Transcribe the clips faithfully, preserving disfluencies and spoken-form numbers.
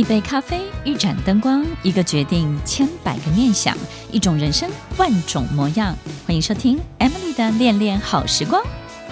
一杯咖啡，一盏灯光，一个决定，千百个念想，一种人生，万种模样。欢迎收听 Emily 的恋恋好时光。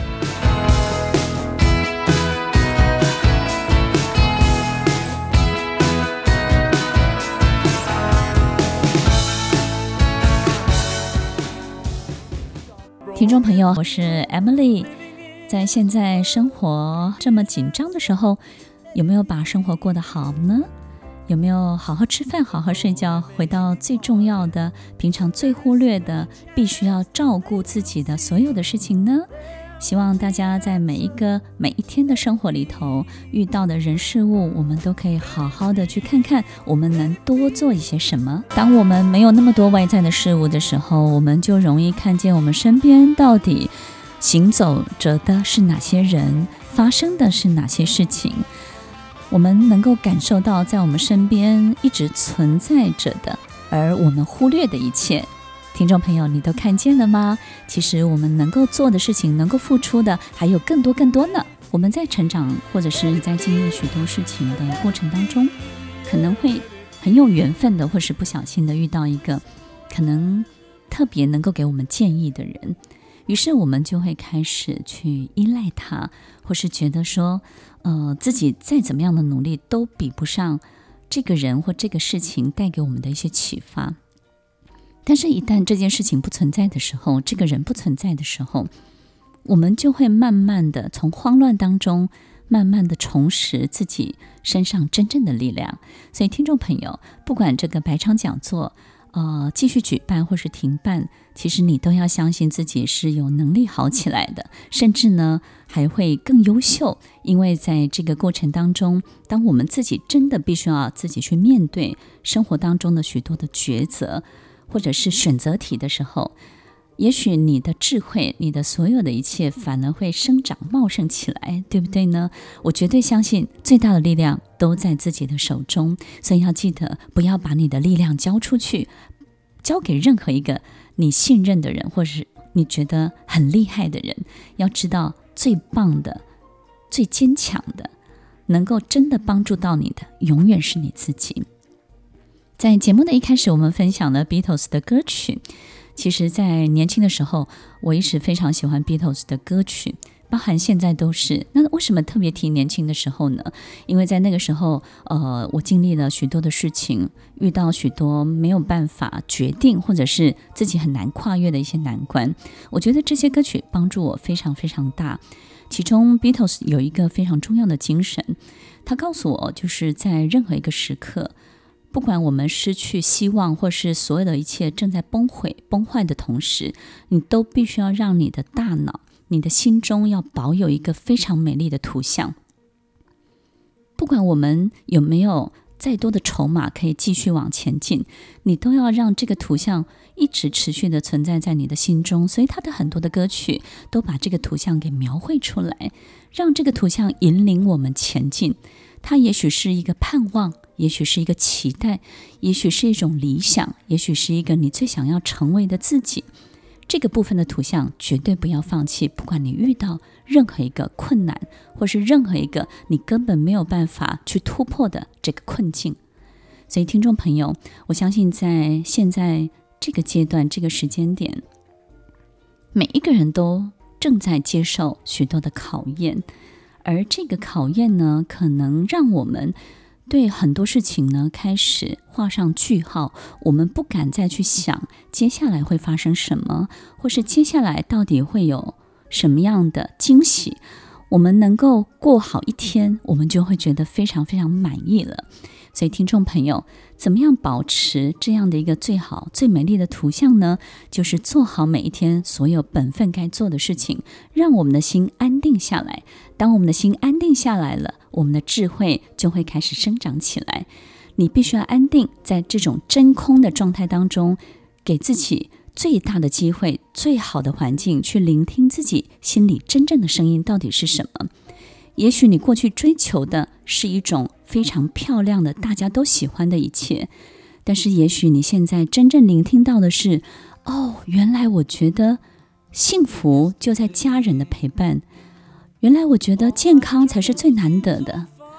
听众朋友，我是 Emily。在现在生活这么紧张的时候，有没有把生活过得好呢？有没有好好吃饭，好好睡觉，回到最重要的，平常最忽略的，必须要照顾自己的所有的事情呢？希望大家在每一个每一天的生活里头遇到的人事物，我们都可以好好的去看看我们能多做一些什么。当我们没有那么多外在的事物的时候，我们就容易看见我们身边到底行走着的是哪些人，发生的是哪些事情。我们能够感受到在我们身边一直存在着的，而我们忽略的一切。听众朋友，你都看见了吗？其实我们能够做的事情，能够付出的还有更多更多呢。我们在成长或者是在经历许多事情的过程当中，可能会很有缘分的，或是不小心的遇到一个可能特别能够给我们建议的人，于是我们就会开始去依赖他，或是觉得说呃，自己再怎么样的努力都比不上这个人或这个事情带给我们的一些启发。但是一旦这件事情不存在的时候，这个人不存在的时候，我们就会慢慢的从慌乱当中慢慢的重拾自己身上真正的力量。所以听众朋友，不管这个百场讲座呃，继续举办或是停办，其实你都要相信自己是有能力好起来的，甚至呢还会更优秀。因为在这个过程当中，当我们自己真的必须要自己去面对生活当中的许多的抉择或者是选择题的时候，也许你的智慧，你的所有的一切反而会生长茂盛起来，对不对呢？我绝对相信最大的力量都在自己的手中，所以要记得不要把你的力量交出去，交给任何一个你信任的人，或是你觉得很厉害的人。要知道最棒的，最坚强的，能够真的帮助到你的，永远是你自己。在节目的一开始，我们分享了 Beatles 的歌曲。其实在年轻的时候，我一直非常喜欢 Beatles 的歌曲，包含现在都是。那为什么特别提年轻的时候呢？因为在那个时候呃，我经历了许多的事情，遇到许多没有办法决定，或者是自己很难跨越的一些难关。我觉得这些歌曲帮助我非常非常大。其中 Beatles 有一个非常重要的精神，他告诉我，就是在任何一个时刻，不管我们失去希望，或是所有的一切正在崩毁崩坏的同时，你都必须要让你的大脑，你的心中要保有一个非常美丽的图像。不管我们有没有再多的筹码可以继续往前进，你都要让这个图像一直持续的存在在你的心中。所以他的很多的歌曲都把这个图像给描绘出来，让这个图像引领我们前进。它也许是一个盼望，也许是一个期待，也许是一种理想，也许是一个你最想要成为的自己。这个部分的图像绝对不要放弃，不管你遇到任何一个困难，或是任何一个你根本没有办法去突破的这个困境。所以听众朋友，我相信在现在这个阶段，这个时间点，每一个人都正在接受许多的考验。而这个考验呢，可能让我们对很多事情呢开始画上句号，我们不敢再去想接下来会发生什么，或是接下来到底会有什么样的惊喜。我们能够过好一天，我们就会觉得非常非常满意了。所以听众朋友，怎么样保持这样的一个最好最美丽的图像呢？就是做好每一天所有本分该做的事情，让我们的心安定下来。当我们的心安定下来了，我们的智慧就会开始生长起来。你必须要安定在这种真空的状态当中，给自己最大的机会，最好的环境，去聆听自己心里真正的声音到底是什么。也许你过去追求的是一种非常漂亮的，大家都喜欢的一切，但是也许你现在真正聆听到的是，哦，原来我觉得幸福就在家人的陪伴，原来我觉得健康才是最难得的，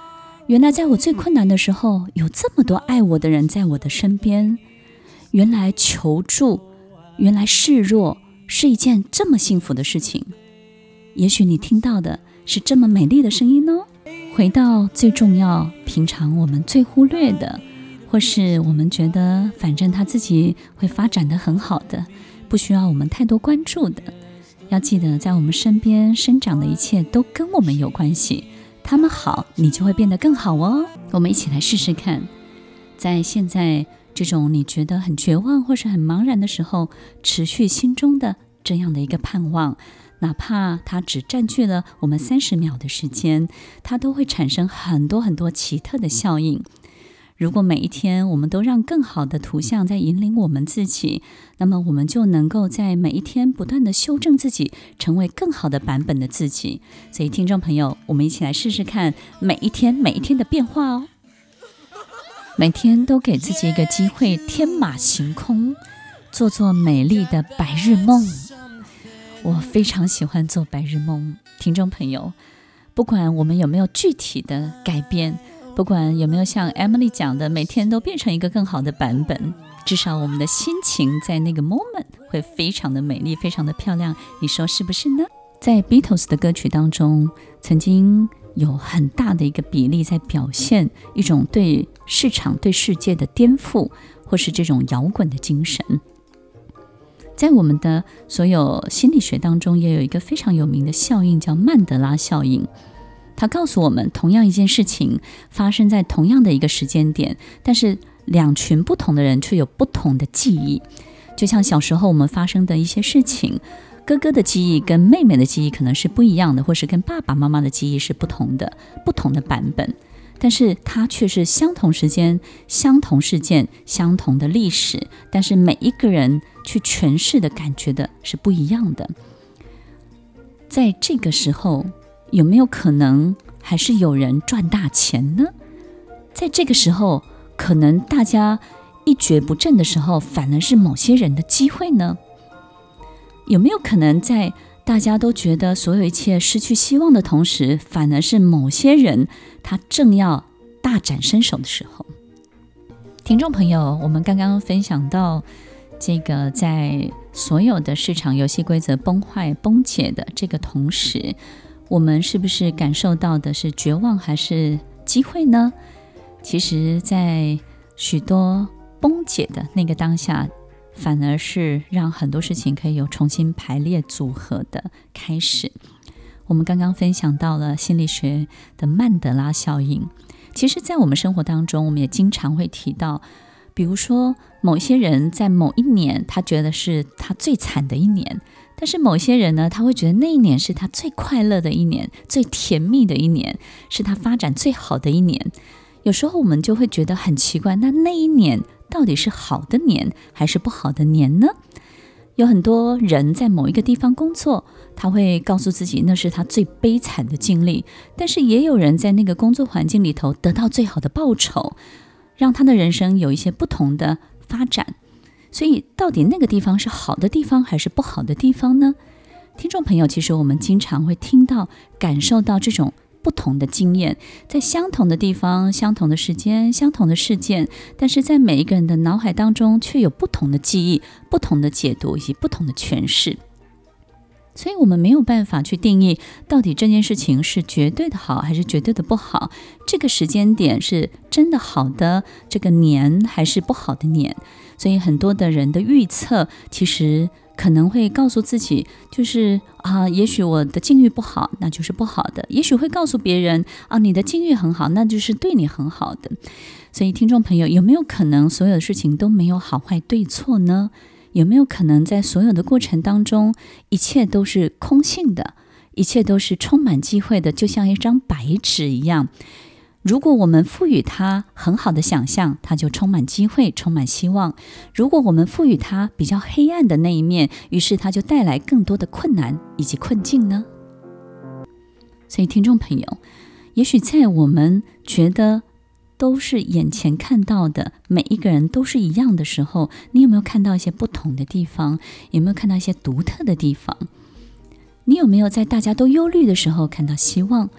原来在我最困难的时候，有这么多爱我的人在我的身边。原来求助，原来示弱是一件这么幸福的事情。也许你听到的是这么美丽的声音哦。回到最重要，平常我们最忽略的，或是我们觉得反正他自己会发展得很好的，不需要我们太多关注的。要记得，在我们身边生长的一切都跟我们有关系，他们好，你就会变得更好哦。我们一起来试试看，在现在这种你觉得很绝望或是很茫然的时候，持续心中的这样的一个盼望，哪怕它只占据了我们三十秒的时间，它都会产生很多很多奇特的效应。如果每一天我们都让更好的图像在引领我们自己，那么我们就能够在每一天不断的修正自己，成为更好的版本的自己。所以听众朋友，我们一起来试试看每一天每一天的变化哦。每天都给自己一个机会，天马行空，做做美丽的白日梦。我非常喜欢做白日梦。听众朋友，不管我们有没有具体的改变，不管有没有像 Emily 讲的每天都变成一个更好的版本，至少我们的心情在那个 moment 会非常的美丽，非常的漂亮。你说是不是呢？在 Beatles 的歌曲当中，曾经有很大的一个比例在表现一种对市场对世界的颠覆，或是这种摇滚的精神。在我们的所有心理学当中，也有一个非常有名的效应，叫曼德拉效应。它告诉我们，同样一件事情发生在同样的一个时间点，但是两群不同的人却有不同的记忆。就像小时候我们发生的一些事情，哥哥的记忆跟妹妹的记忆可能是不一样的，或是跟爸爸妈妈的记忆是不同的，不同的版本，但是它却是相同时间、相同事件、相同的历史，但是每一个人去诠释的感觉的是不一样的。在这个时候，有没有可能还是有人赚大钱呢？在这个时候，可能大家一蹶不振的时候，反而是某些人的机会呢？有没有可能在大家都觉得所有一切失去希望的同时，反而是某些人他正要大展身手的时候？听众朋友，我们刚刚分享到这个在所有的市场游戏规则崩坏崩解的这个同时，我们是不是感受到的是绝望还是机会呢？其实在许多崩解的那个当下，反而是让很多事情可以有重新排列组合的开始。我们刚刚分享到了心理学的曼德拉效应，其实在我们生活当中，我们也经常会提到，比如说某些人在某一年他觉得是他最惨的一年，但是某些人呢，他会觉得那一年是他最快乐的一年，最甜蜜的一年，是他发展最好的一年。有时候我们就会觉得很奇怪，那那一年到底是好的年还是不好的年呢？有很多人在某一个地方工作，他会告诉自己那是他最悲惨的经历，但是也有人在那个工作环境里头得到最好的报酬，让他的人生有一些不同的发展。所以到底那个地方是好的地方还是不好的地方呢？听众朋友，其实我们经常会听到感受到这种不同的经验，在相同的地方、相同的时间、相同的事件，但是在每一个人的脑海当中却有不同的记忆、不同的解读以及不同的诠释。所以我们没有办法去定义到底这件事情是绝对的好还是绝对的不好，这个时间点是真的好的这个年还是不好的年。所以很多的人的预测其实可能会告诉自己，就是啊，也许我的境遇不好，那就是不好的；也许会告诉别人啊，你的境遇很好，那就是对你很好的。所以听众朋友，有没有可能所有的事情都没有好坏对错呢？有没有可能在所有的过程当中，一切都是空性的，一切都是充满机会的，就像一张白纸一样？如果我们赋予它很好的想象，它就充满机会，充满希望；如果我们赋予它比较黑暗的那一面，于是它就带来更多的困难以及困境呢？所以听众朋友，也许在我们觉得都是眼前看到的，每一个人都是一样的时候，你有没有看到一些不同的地方？有没有看到一些独特的地方？你有没有在大家都忧虑的时候看到希望？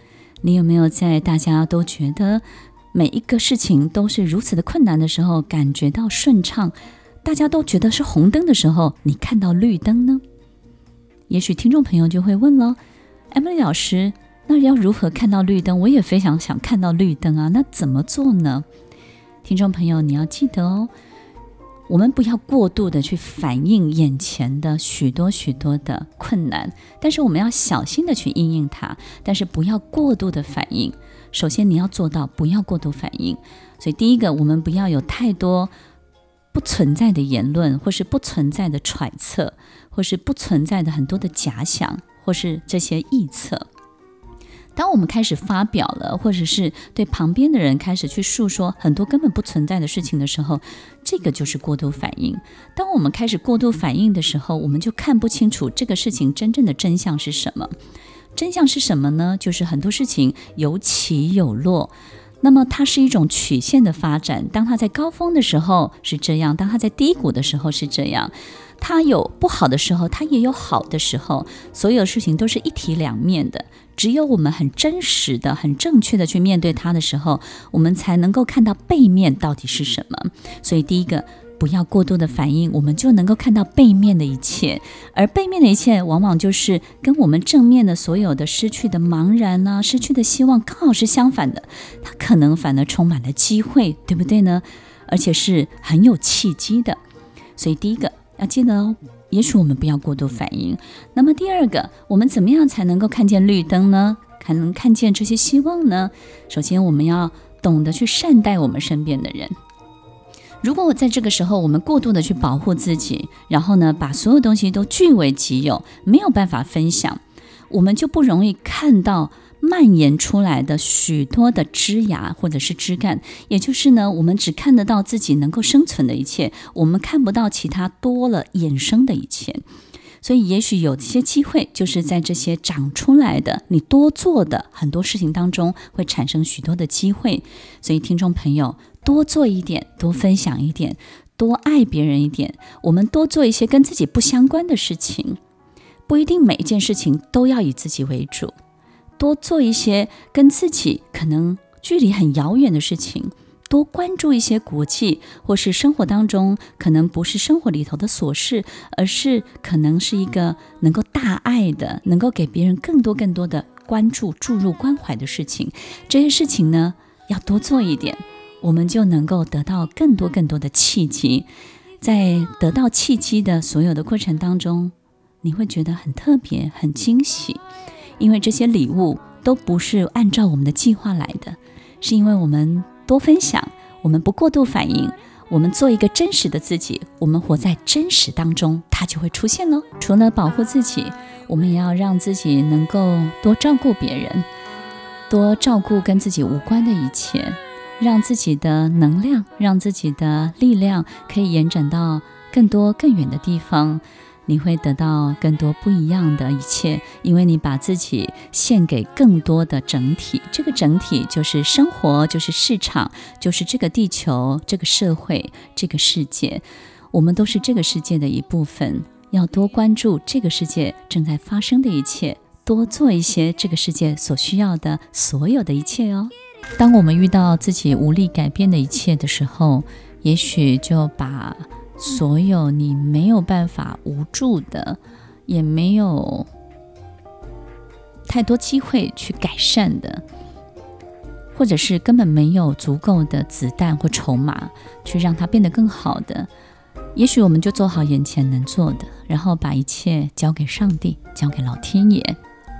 你有没有在大家都觉得每一个事情都是如此的困难的时候，感觉到顺畅，大家都觉得是红灯的时候，你看到绿灯呢？也许听众朋友就会问了， Emily 老师，那要如何看到绿灯？我也非常想看到绿灯啊，那怎么做呢？听众朋友，你要记得哦，我们不要过度的去反映眼前的许多许多的困难，但是我们要小心的去因应它，但是不要过度的反应。首先你要做到不要过度反应，所以第一个，我们不要有太多不存在的言论，或是不存在的揣测，或是不存在的很多的假想，或是这些臆测。当我们开始发表了，或者是对旁边的人开始去诉说很多根本不存在的事情的时候，这个就是过度反应。当我们开始过度反应的时候，我们就看不清楚这个事情真正的真相是什么。真相是什么呢？就是很多事情有起有落，那么它是一种曲线的发展，当它在高峰的时候是这样，当它在低谷的时候是这样，它有不好的时候，它也有好的时候，所有事情都是一体两面的。只有我们很真实的、很正确的去面对它的时候，我们才能够看到背面到底是什么。所以第一个，不要过度的反应，我们就能够看到背面的一切，而背面的一切往往就是跟我们正面的所有的失去的茫然啊、失去的希望刚好是相反的，它可能反而充满了机会，对不对呢？而且是很有契机的。所以第一个要记得哦，也许我们不要过度反应。那么第二个，我们怎么样才能够看见绿灯呢？才能看见这些希望呢？首先我们要懂得去善待我们身边的人。如果我在这个时候我们过度的去保护自己，然后呢把所有东西都据为己有，没有办法分享，我们就不容易看到蔓延出来的许多的枝芽或者是枝干，也就是呢我们只看得到自己能够生存的一切，我们看不到其他多了衍生的一切。所以也许有些机会就是在这些长出来的你多做的很多事情当中会产生许多的机会。所以听众朋友，多做一点，多分享一点，多爱别人一点，我们多做一些跟自己不相关的事情，不一定每一件事情都要以自己为主，多做一些跟自己可能距离很遥远的事情，多关注一些国际或是生活当中可能不是生活里头的琐事，而是可能是一个能够大爱的，能够给别人更多更多的关注、注入关怀的事情。这些事情呢要多做一点，我们就能够得到更多更多的契机。在得到契机的所有的过程当中，你会觉得很特别、很惊喜，因为这些礼物都不是按照我们的计划来的，是因为我们多分享，我们不过度反应，我们做一个真实的自己，我们活在真实当中，它就会出现咯。除了保护自己，我们也要让自己能够多照顾别人，多照顾跟自己无关的一切，让自己的能量，让自己的力量可以延展到更多更远的地方。你会得到更多不一样的一切，因为你把自己献给更多的整体，这个整体就是生活，就是市场，就是这个地球，这个社会，这个世界。我们都是这个世界的一部分，要多关注这个世界正在发生的一切，多做一些这个世界所需要的所有的一切哦。当我们遇到自己无力改变的一切的时候，也许就把所有你没有办法无助的，也没有太多机会去改善的，或者是根本没有足够的子弹或筹码去让它变得更好的，也许我们就做好眼前能做的，然后把一切交给上帝，交给老天爷。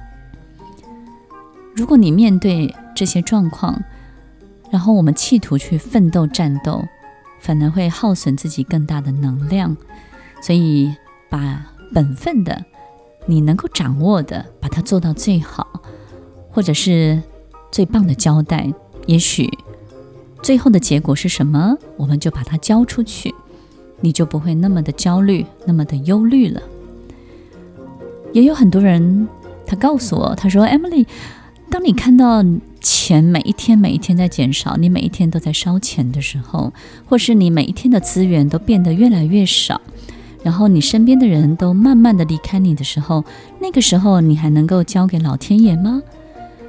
如果你面对这些状况，然后我们企图去奋斗战斗，反而会耗损自己更大的能量。所以把本分的，你能够掌握的，把它做到最好，或者是最棒的交代。也许最后的结果是什么，我们就把它交出去，你就不会那么的焦虑，那么的忧虑了。也有很多人他告诉我，他说 Emily， 当你看到钱每一天每一天在减少，你每一天都在烧钱的时候，或是你每一天的资源都变得越来越少，然后你身边的人都慢慢的离开你的时候，那个时候你还能够交给老天爷吗？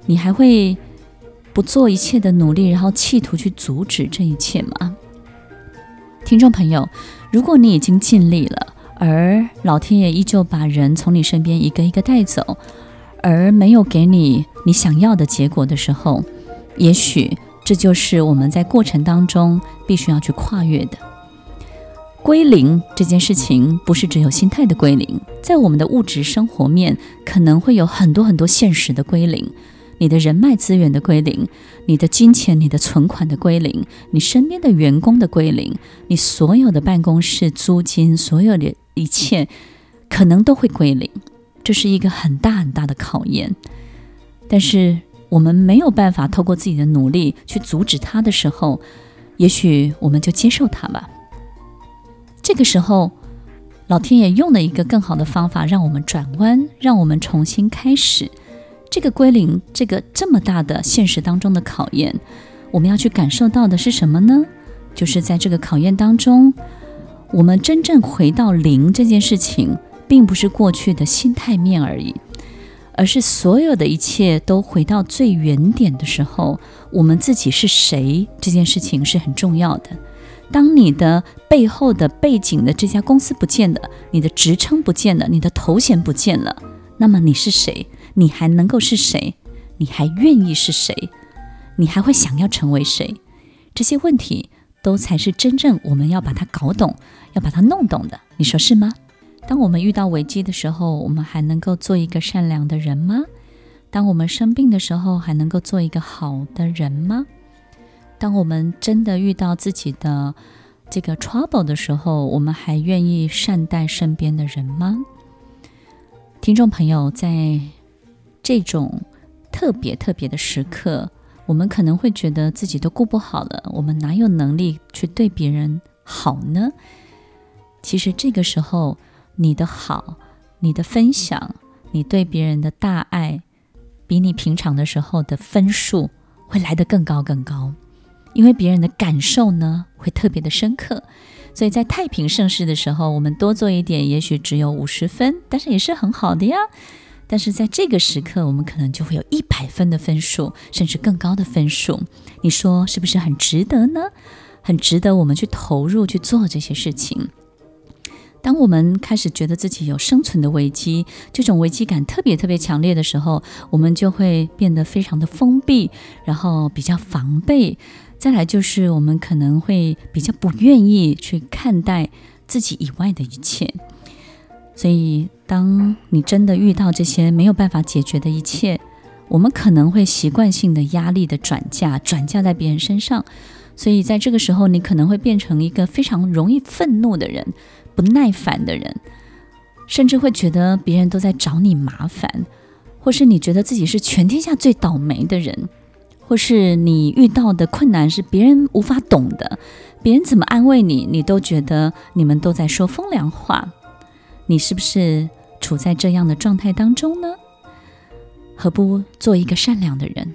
你还会不做一切的努力，然后企图去阻止这一切吗？听众朋友，如果你已经尽力了，而老天爷依旧把人从你身边一个一个带走，而没有给你你想要的结果的时候，也许这就是我们在过程当中必须要去跨越的。归零这件事情不是只有心态的归零，在我们的物质生活面可能会有很多很多现实的归零，你的人脉资源的归零，你的金钱你的存款的归零，你身边的员工的归零，你所有的办公室租金，所有的一切可能都会归零，这是一个很大很大的考验。但是我们没有办法透过自己的努力去阻止它的时候，也许我们就接受它吧。这个时候老天爷用了一个更好的方法让我们转弯，让我们重新开始。这个归零，这个这么大的现实当中的考验，我们要去感受到的是什么呢？就是在这个考验当中，我们真正回到零这件事情，并不是过去的心态面而已，而是所有的一切都回到最原点的时候，我们自己是谁这件事情是很重要的。当你的背后的背景的这家公司不见了，你的职称不见了，你的头衔不见了，那么你是谁？你还能够是谁？你还愿意是谁？你还会想要成为谁？这些问题都才是真正我们要把它搞懂，要把它弄懂的，你说是吗？当我们遇到危机的时候，我们还能够做一个善良的人吗？当我们生病的时候，还能够做一个好的人吗？当我们真的遇到自己的这个 trouble 的时候，我们还愿意善待身边的人吗？听众朋友，在这种特别特别的时刻，我们可能会觉得自己都顾不好了，我们哪有能力去对别人好呢？其实这个时候，你的好，你的分享，你对别人的大爱，比你平常的时候的分数会来得更高更高。因为别人的感受呢会特别的深刻，所以在太平盛世的时候，我们多做一点也许只有五十分，但是也是很好的呀。但是在这个时刻，我们可能就会有一百分的分数，甚至更高的分数。你说是不是很值得呢？很值得我们去投入去做这些事情。当我们开始觉得自己有生存的危机，这种危机感特别特别强烈的时候，我们就会变得非常的封闭，然后比较防备。再来就是我们可能会比较不愿意去看待自己以外的一切。所以当你真的遇到这些没有办法解决的一切，我们可能会习惯性的压力的转嫁转嫁在别人身上。所以在这个时候，你可能会变成一个非常容易愤怒的人，不耐烦的人，甚至会觉得别人都在找你麻烦，或是你觉得自己是全天下最倒霉的人，或是你遇到的困难是别人无法懂的，别人怎么安慰你，你都觉得你们都在说风凉话。你是不是处在这样的状态当中呢？何不做一个善良的人？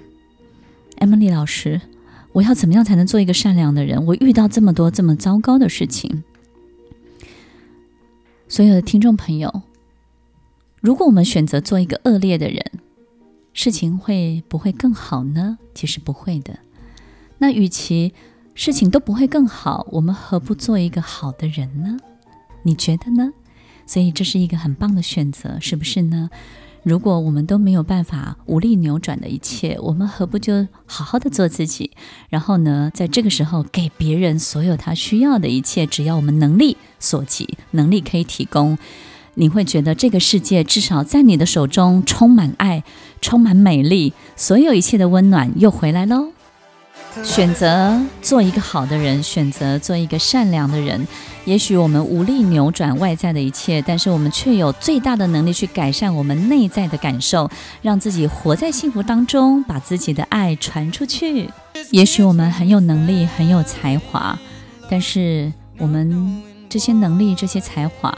Emily 老师，我要怎么样才能做一个善良的人？我遇到这么多这么糟糕的事情。所有的听众朋友，如果我们选择做一个恶劣的人，事情会不会更好呢？其实不会的。那与其事情都不会更好，我们何不做一个好的人呢？你觉得呢？所以这是一个很棒的选择，是不是呢？如果我们都没有办法无力扭转的一切，我们何不就好好的做自己，然后呢，在这个时候给别人所有他需要的一切，只要我们能力所及，能力可以提供，你会觉得这个世界至少在你的手中充满爱，充满美丽，所有一切的温暖又回来咯。选择做一个好的人，选择做一个善良的人，也许我们无力扭转外在的一切，但是我们却有最大的能力去改善我们内在的感受，让自己活在幸福当中，把自己的爱传出去。也许我们很有能力，很有才华，但是我们这些能力，这些才华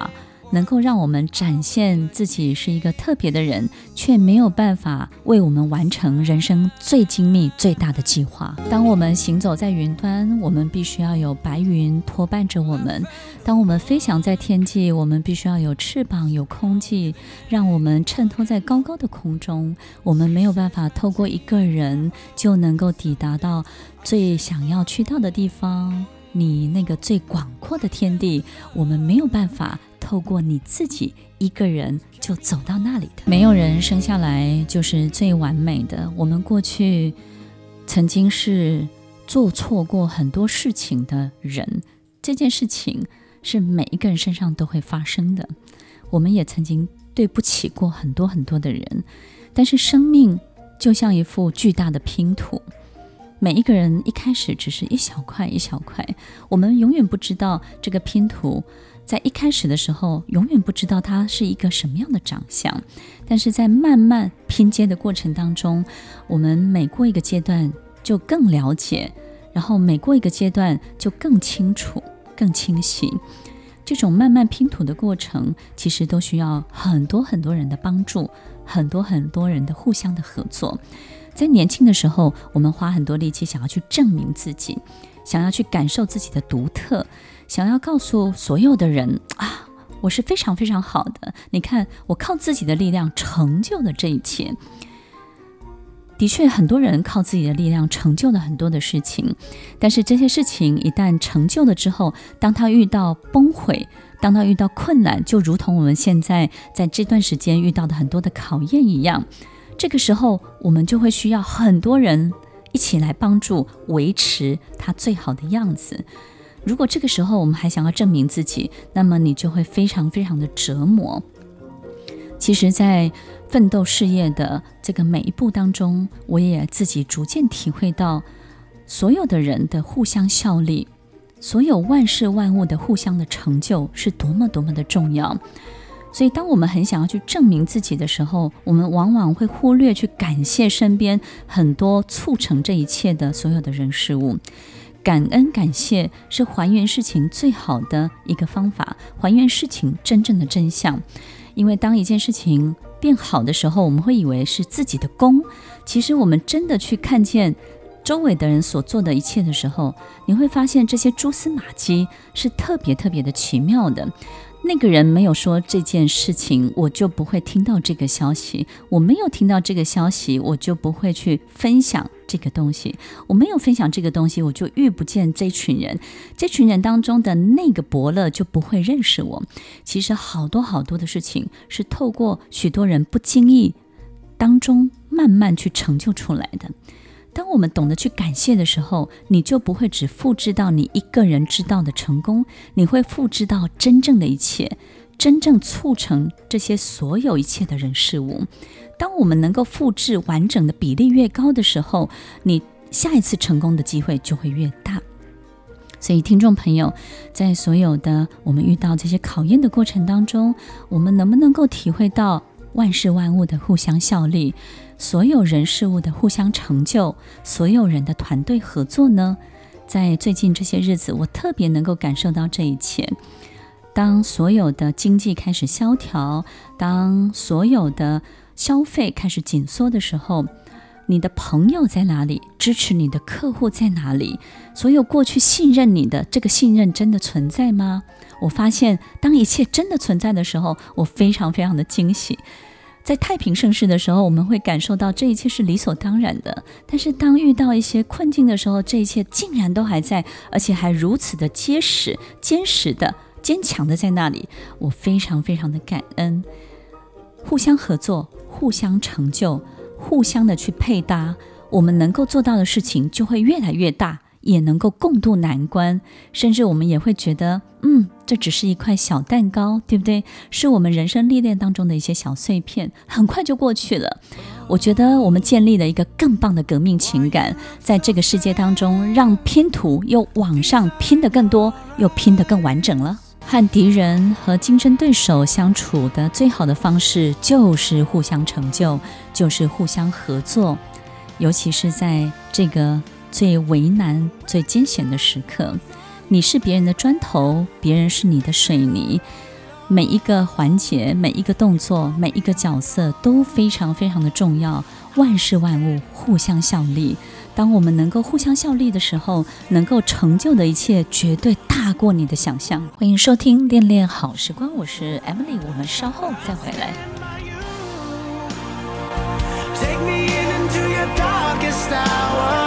能够让我们展现自己是一个特别的人，却没有办法为我们完成人生最精密最大的计划。当我们行走在云端，我们必须要有白云托伴着我们；当我们飞翔在天际，我们必须要有翅膀有空气，让我们衬托在高高的空中。我们没有办法透过一个人就能够抵达到最想要去到的地方，你那个最广阔的天地，我们没有办法透过你自己一个人就走到那里的。没有人生下来就是最完美的，我们过去曾经是做错过很多事情的人，这件事情是每一个人身上都会发生的，我们也曾经对不起过很多很多的人，但是生命就像一幅巨大的拼图，每一个人一开始只是一小块一小块，我们永远不知道这个拼图在一开始的时候永远不知道它是一个什么样的长相，但是在慢慢拼接的过程当中，我们每过一个阶段就更了解，然后每过一个阶段就更清楚更清晰。这种慢慢拼图的过程其实都需要很多很多人的帮助，很多很多人的互相的合作。在年轻的时候，我们花很多力气想要去证明自己，想要去感受自己的独特，想要告诉所有的人啊，我是非常非常好的，你看我靠自己的力量成就了这一切。的确很多人靠自己的力量成就了很多的事情，但是这些事情一旦成就了之后，当他遇到崩毁，当他遇到困难，就如同我们现在在这段时间遇到的很多的考验一样，这个时候我们就会需要很多人一起来帮助维持他最好的样子。如果这个时候我们还想要证明自己，那么你就会非常非常的折磨。其实在奋斗事业的这个每一步当中，我也自己逐渐体会到所有的人的互相效力，所有万事万物的互相的成就是多么多么的重要。所以当我们很想要去证明自己的时候，我们往往会忽略去感谢身边很多促成这一切的所有的人事物。感恩感谢是还原事情最好的一个方法，还原事情真正的真相。因为当一件事情变好的时候，我们会以为是自己的功，其实我们真的去看见周围的人所做的一切的时候，你会发现这些蛛丝马迹是特别特别的奇妙的。那个人没有说这件事情，我就不会听到这个消息，我没有听到这个消息，我就不会去分享这个东西，我没有分享这个东西，我就遇不见这群人，这群人当中的那个伯乐就不会认识我。其实好多好多的事情是透过许多人不经意当中慢慢去成就出来的。当我们懂得去感谢的时候，你就不会只复制到你一个人知道的成功，你会复制到真正的一切，真正促成这些所有一切的人事物。当我们能够复制完整的比例越高的时候，你下一次成功的机会就会越大。所以听众朋友，在所有的我们遇到这些考验的过程当中，我们能不能够体会到万事万物的互相效力，所有人事物的互相成就，所有人的团队合作呢？在最近这些日子，我特别能够感受到这一切。当所有的经济开始萧条，当所有的消费开始紧缩的时候，你的朋友在哪里？支持你的客户在哪里？所有过去信任你的，这个信任真的存在吗？我发现当一切真的存在的时候，我非常非常的惊喜。在太平盛世的时候，我们会感受到这一切是理所当然的，但是当遇到一些困境的时候，这一切竟然都还在，而且还如此的结实、坚实的、坚强的在那里，我非常非常的感恩。互相合作，互相成就，互相的去配搭，我们能够做到的事情就会越来越大，也能够共度难关，甚至我们也会觉得嗯，这只是一块小蛋糕，对不对？是我们人生历练当中的一些小碎片，很快就过去了。我觉得我们建立了一个更棒的革命情感，在这个世界当中，让拼图又往上拼得更多，又拼得更完整了。和敌人和竞争对手相处的最好的方式就是互相成就，就是互相合作，尤其是在这个最为难、最艰险的时刻。你是别人的砖头，别人是你的水泥。 每一个环节、每一个动作、每一个角色都非常非常的重要，万事万物互相效力。当我们能够互相效力的时候，能够成就的一切绝对大过你的想象。欢迎收听恋恋好时光，我是 Emily， 我们稍后再回来。 Take me into your darkest hour.